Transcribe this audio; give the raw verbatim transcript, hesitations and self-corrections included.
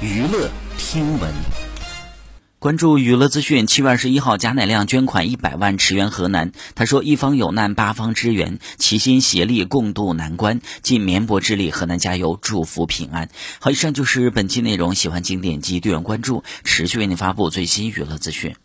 娱乐听闻。 关注娱乐资讯，七月二十一号，贾乃亮捐款一百万驰援河南。他说：“一方有难，八方支援，齐心协力，共度难关，尽绵薄之力，河南加油，祝福平安。”好，以上就是本期内容，喜欢请点击订阅关注，持续为您发布最新娱乐资讯。